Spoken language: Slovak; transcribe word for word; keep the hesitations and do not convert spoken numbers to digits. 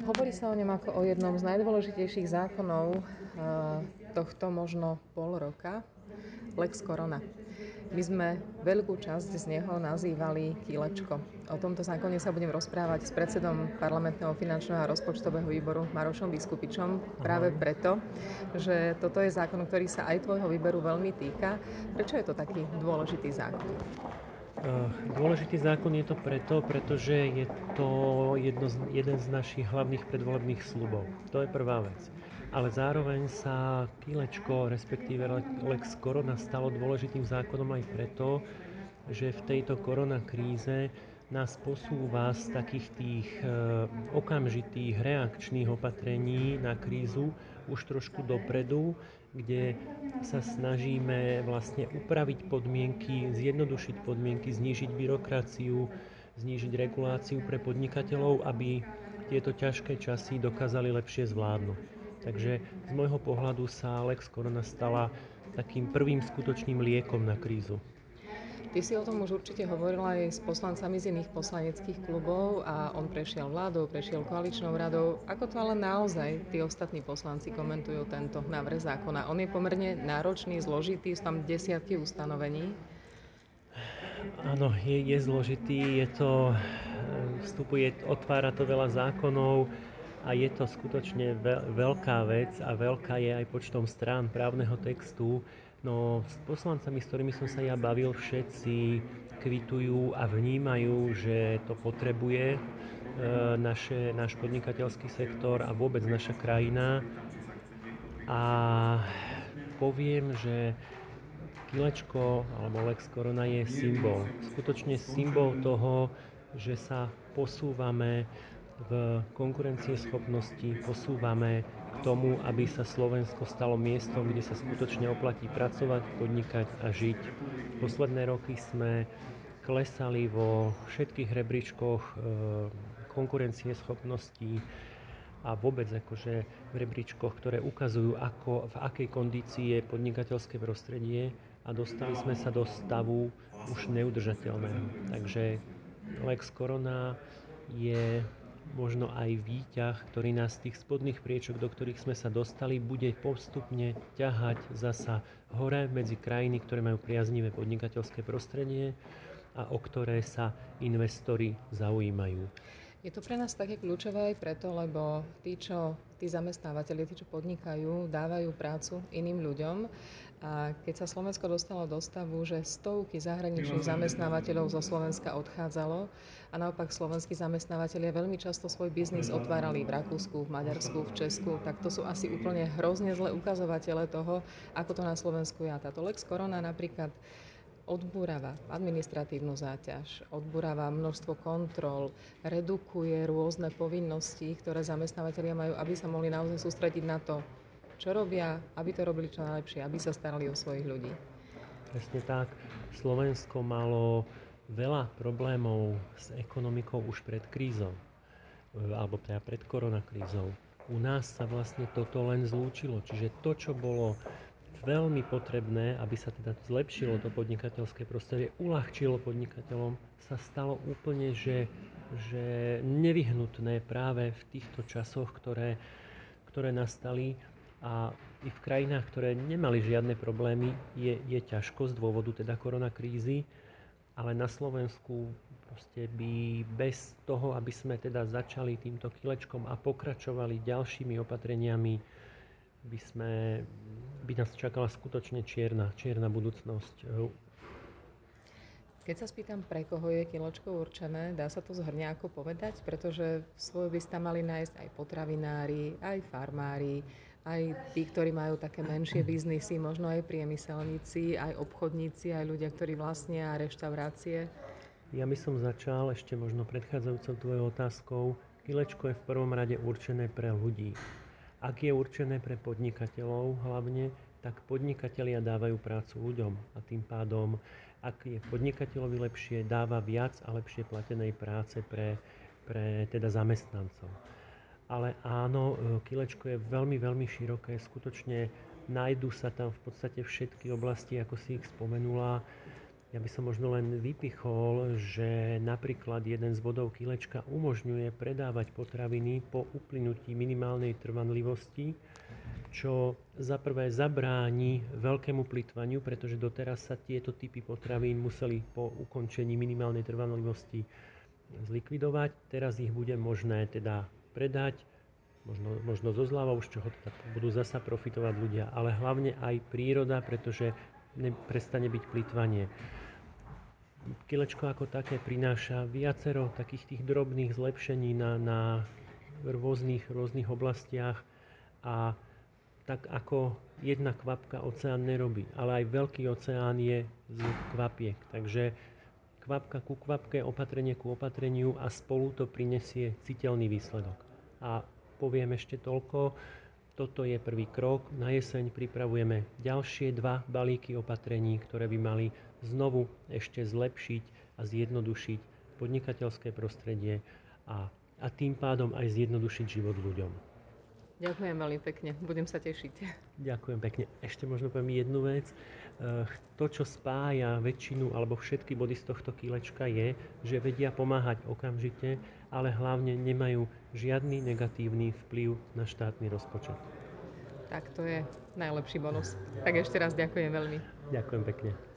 Hovorí sa o ňom ako o jednom z najdôležitejších zákonov tohto možno pol roka, Lex Korona. My sme veľkú časť z neho nazývali Kilečko. O tomto zákone sa budem rozprávať s predsedom parlamentného finančného a rozpočtového výboru Marošom Biskupičom práve preto, že toto je zákon, ktorý sa aj tvojho výberu veľmi týka. Prečo je to taký dôležitý zákon? Dôležitý zákon je to preto, pretože je to jedno z, jeden z našich hlavných predvolebných sľubov. To je prvá vec. Ale zároveň sa Kilečko, respektíve Lex Korona stalo dôležitým zákonom aj preto, že v tejto koronakríze nás posúva z takých tých e, okamžitých reakčných opatrení na krízu už trošku dopredu, kde sa snažíme vlastne upraviť podmienky, zjednodušiť podmienky, znížiť byrokraciu, znížiť reguláciu pre podnikateľov, aby tieto ťažké časy dokázali lepšie zvládnuť. Takže z môjho pohľadu sa Lex Korona stala takým prvým skutočným liekom na krízu. Ty si o tom už určite hovorila aj s poslancami z iných poslaneckých klubov a on prešiel vládou, prešiel koaličnou radou. Ako to ale naozaj tí ostatní poslanci komentujú tento návrh zákona? On je pomerne náročný, zložitý, sú tam desiatky ustanovení. Áno, je, je zložitý, je to, vstupuje, otvára to veľa zákonov a je to skutočne veľká vec a veľká je aj počtom strán právneho textu. No s poslancami, s ktorými som sa ja bavil, všetci kvitujú a vnímajú, že to potrebuje e, naše, náš podnikateľský sektor a vôbec naša krajina. A poviem, že Kilečko alebo Lex Korona je symbol. Skutočne symbol toho, že sa posúvame v konkurencieschopnosti, posúvame k tomu, aby sa Slovensko stalo miestom, kde sa skutočne oplatí pracovať, podnikať a žiť. Posledné roky sme klesali vo všetkých rebríčkoch e, konkurencieschopnosti a vôbec akože v rebríčkoch, ktoré ukazujú, ako, v akej kondícii je podnikateľské prostredie a dostali sme sa do stavu už neudržateľného. Takže Lex Korona je možno aj výťah, ktorý nás z tých spodných priečok, do ktorých sme sa dostali, bude postupne ťahať zasa hore medzi krajiny, ktoré majú priaznivé podnikateľské prostredie a o ktoré sa investori zaujímajú. Je to pre nás také kľúčové aj preto, lebo tí, čo, tí zamestnávateľi, tí, čo podnikajú, dávajú prácu iným ľuďom. A keď sa Slovensko dostalo do stavu, že stovky zahraničných zamestnávateľov zo Slovenska odchádzalo a naopak slovenskí zamestnávateľia veľmi často svoj biznis otvárali v Rakúsku, v Maďarsku, v Česku, tak to sú asi úplne hrozne zlé ukazovatele toho, ako to na Slovensku je. Táto Lex Korona napríklad odbúrava administratívnu záťaž, odbúrava množstvo kontrol, redukuje rôzne povinnosti, ktoré zamestnávateľia majú, aby sa mohli naozaj sústrediť na to, čo robia, aby to robili čo najlepšie, aby sa starali o svojich ľudí. Presne tak. Slovensko malo veľa problémov s ekonomikou už pred krízou, alebo teda pred koronakrízou. U nás sa vlastne toto len zlúčilo, čiže to, čo bolo veľmi potrebné, aby sa teda zlepšilo to podnikateľské prostredie, uľahčilo podnikateľom, sa stalo úplne, že, že nevyhnutné práve v týchto časoch, ktoré, ktoré nastali. A i v krajinách, ktoré nemali žiadne problémy, je, je ťažko z dôvodu teda koronakrízy, ale na Slovensku proste by bez toho, aby sme teda začali týmto kilečkom a pokračovali ďalšími opatreniami, by sme, by nás čakala skutočne čierna, čierna budúcnosť. Keď sa spýtam, pre koho je kilečko určené, dá sa to zhrňako povedať? Pretože svoj by sa mali nájsť aj potravinári, aj farmári, aj tí, ktorí majú také menšie biznisy, možno aj priemyselníci, aj obchodníci, aj ľudia, ktorí vlastnia reštaurácie. Ja by som začal ešte možno predchádzajúcou tvojou otázkou. Kilečko je v prvom rade určené pre ľudí. Ak je určené pre podnikateľov hlavne, tak podnikatelia dávajú prácu ľuďom a tým pádom, ak je podnikateľovi lepšie, dáva viac a lepšie platenej práce pre, pre teda zamestnancov. Ale áno, kilečko je veľmi, veľmi široké, skutočne nájdu sa tam v podstate všetky oblasti, ako si ich spomenula. Ja by som možno len vypichol, že napríklad jeden z bodov kilečka umožňuje predávať potraviny po uplynutí minimálnej trvanlivosti, čo za prvé zabráni veľkému plytvaniu, pretože doteraz sa tieto typy potravín museli po ukončení minimálnej trvanlivosti zlikvidovať. Teraz ich bude možné teda predať, možno, možno so zľavou, z čoho teda budú zasa profitovať ľudia, ale hlavne aj príroda, pretože prestane byť plytvanie. Kilečko ako také prináša viacero takých tých drobných zlepšení na, na rôznych, rôznych oblastiach a tak ako jedna kvapka oceán nerobí, ale aj veľký oceán je z kvapiek. Takže kvapka ku kvapke, opatrenie ku opatreniu a spolu to prinesie citeľný výsledok. A poviem ešte toľko, toto je prvý krok. Na jeseň pripravujeme ďalšie dva balíky opatrení, ktoré by mali znovu ešte zlepšiť a zjednodušiť podnikateľské prostredie a, a tým pádom aj zjednodušiť život ľuďom. Ďakujem veľmi pekne, budem sa tešiť. Ďakujem pekne. Ešte možno poviem jednu vec. To, čo spája väčšinu alebo všetky body z tohto kilečka je, že vedia pomáhať okamžite, ale hlavne nemajú žiadny negatívny vplyv na štátny rozpočet. Tak to je najlepší bonus. Tak ešte raz ďakujem veľmi. Ďakujem pekne.